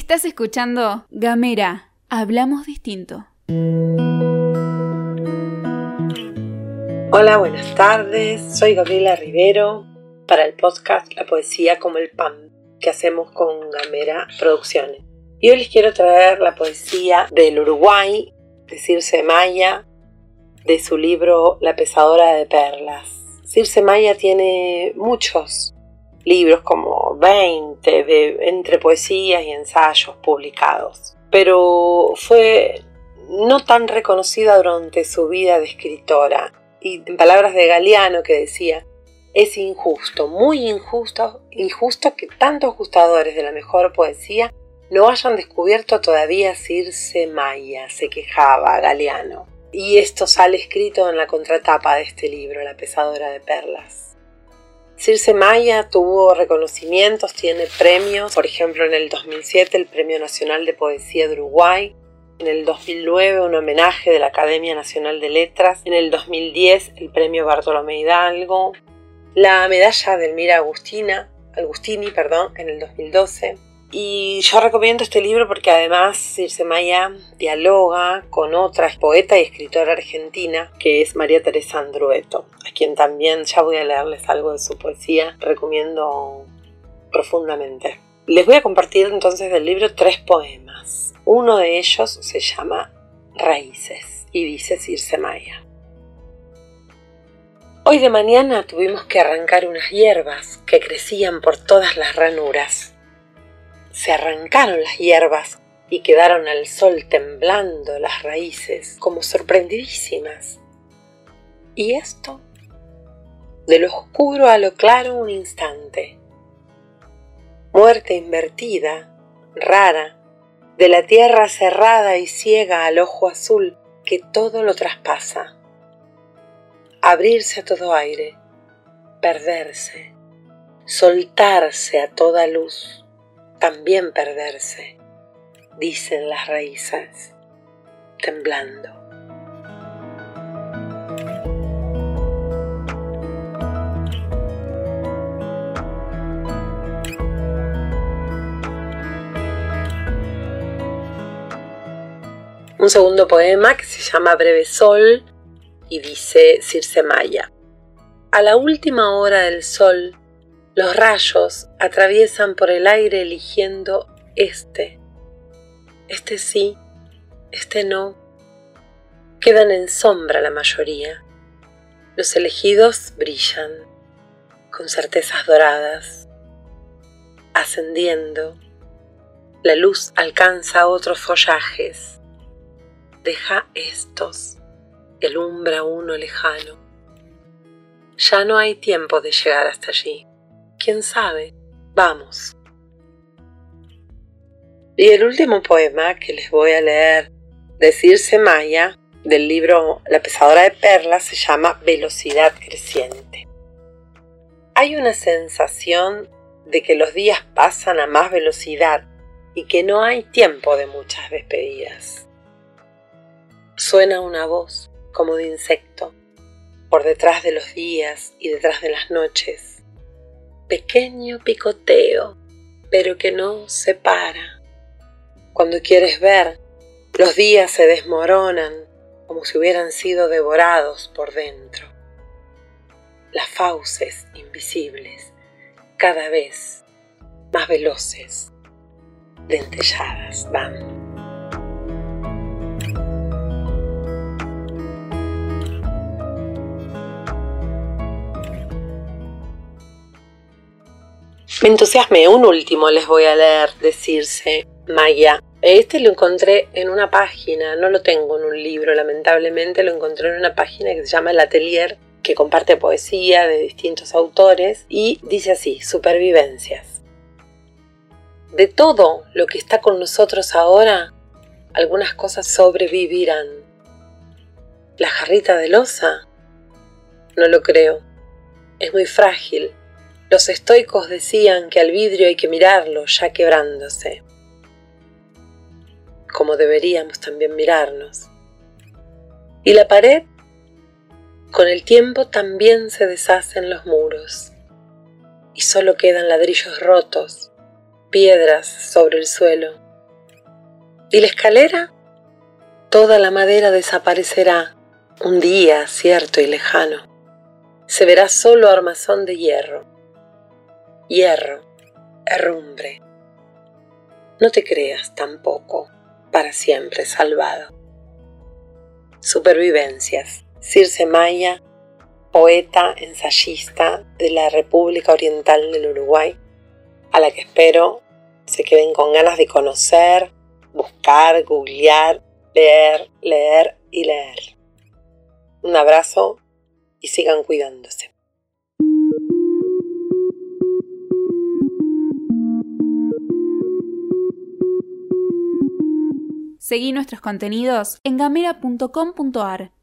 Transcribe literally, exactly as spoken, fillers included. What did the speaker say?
Estás escuchando Gamera, hablamos distinto. Hola, buenas tardes, soy Gabriela Rivero para el podcast La Poesía como el Pan que hacemos con Gamera Producciones. Y hoy les quiero traer la poesía del Uruguay, de Circe Maya, de su libro La Pesadora de Perlas. Circe Maya tiene muchos libros, como veinte, de, entre poesías y ensayos publicados, pero fue no tan reconocida durante su vida de escritora. Y en palabras de Galeano, que decía: es injusto, muy injusto, injusto que tantos gustadores de la mejor poesía no hayan descubierto todavía Circe Maya, se quejaba Galeano. Y esto sale escrito en la contratapa de este libro, La Pesadora de Perlas. Circe Maya tuvo reconocimientos, tiene premios, por ejemplo en el dos mil siete el Premio Nacional de Poesía de Uruguay, en el dos mil nueve un homenaje de la Academia Nacional de Letras, en el dos mil diez el Premio Bartolomé Hidalgo, la medalla de Elmira Agustina, Agustini perdón, en el dos mil doce. Y yo recomiendo este libro porque además Circe Maya dialoga con otra poeta y escritora argentina, que es María Teresa Andrueto, a quien también ya voy a leerles algo de su poesía, recomiendo profundamente. Les voy a compartir entonces del libro tres poemas. Uno de ellos se llama Raíces y dice Circe Maya: hoy de mañana tuvimos que arrancar unas hierbas que crecían por todas las ranuras. Se arrancaron las hierbas y quedaron al sol temblando las raíces como sorprendidísimas. ¿Y esto? De lo oscuro a lo claro un instante. Muerte invertida, rara, de la tierra cerrada y ciega al ojo azul que todo lo traspasa. Abrirse a todo aire, perderse, soltarse a toda luz. También perderse, dicen las raíces, temblando. Un segundo poema que se llama Breve Sol y dice Circe Maya: a la última hora del sol, los rayos atraviesan por el aire eligiendo este. Este sí, este no. Quedan en sombra la mayoría. Los elegidos brillan, con certezas doradas. Ascendiendo, la luz alcanza otros follajes. Deja estos, alumbra uno lejano. Ya no hay tiempo de llegar hasta allí. ¿Quién sabe? Vamos. Y el último poema que les voy a leer de Circe Maya, del libro La Pesadora de Perlas, se llama Velocidad Creciente. Hay una sensación de que los días pasan a más velocidad y que no hay tiempo de muchas despedidas. Suena una voz como de insecto por detrás de los días y detrás de las noches. Pequeño picoteo, pero que no se para. Cuando quieres ver, los días se desmoronan como si hubieran sido devorados por dentro. Las fauces invisibles, cada vez más veloces, dentelladas van. Me entusiasmé, un último les voy a leer de Circe Maya. Este lo encontré en una página, no lo tengo en un libro, lamentablemente lo encontré en una página que se llama El Atelier, que comparte poesía de distintos autores, y dice así: Supervivencias. De todo lo que está con nosotros ahora, algunas cosas sobrevivirán. ¿La jarrita de loza? No lo creo, es muy frágil. Los estoicos decían que al vidrio hay que mirarlo ya quebrándose, como deberíamos también mirarnos. Y la pared, con el tiempo también se deshacen los muros, y solo quedan ladrillos rotos, piedras sobre el suelo, ¿Y la escalera? Toda la madera desaparecerá un día cierto y lejano. Se verá solo armazón de hierro. Hierro, herrumbre. No te creas tampoco para siempre salvado. Supervivencias. Circe Maya, poeta, ensayista de la República Oriental del Uruguay, a la que espero se queden con ganas de conocer, buscar, googlear, leer, leer y leer. Un abrazo y sigan cuidándose. Seguí nuestros contenidos en gamera punto com punto ar.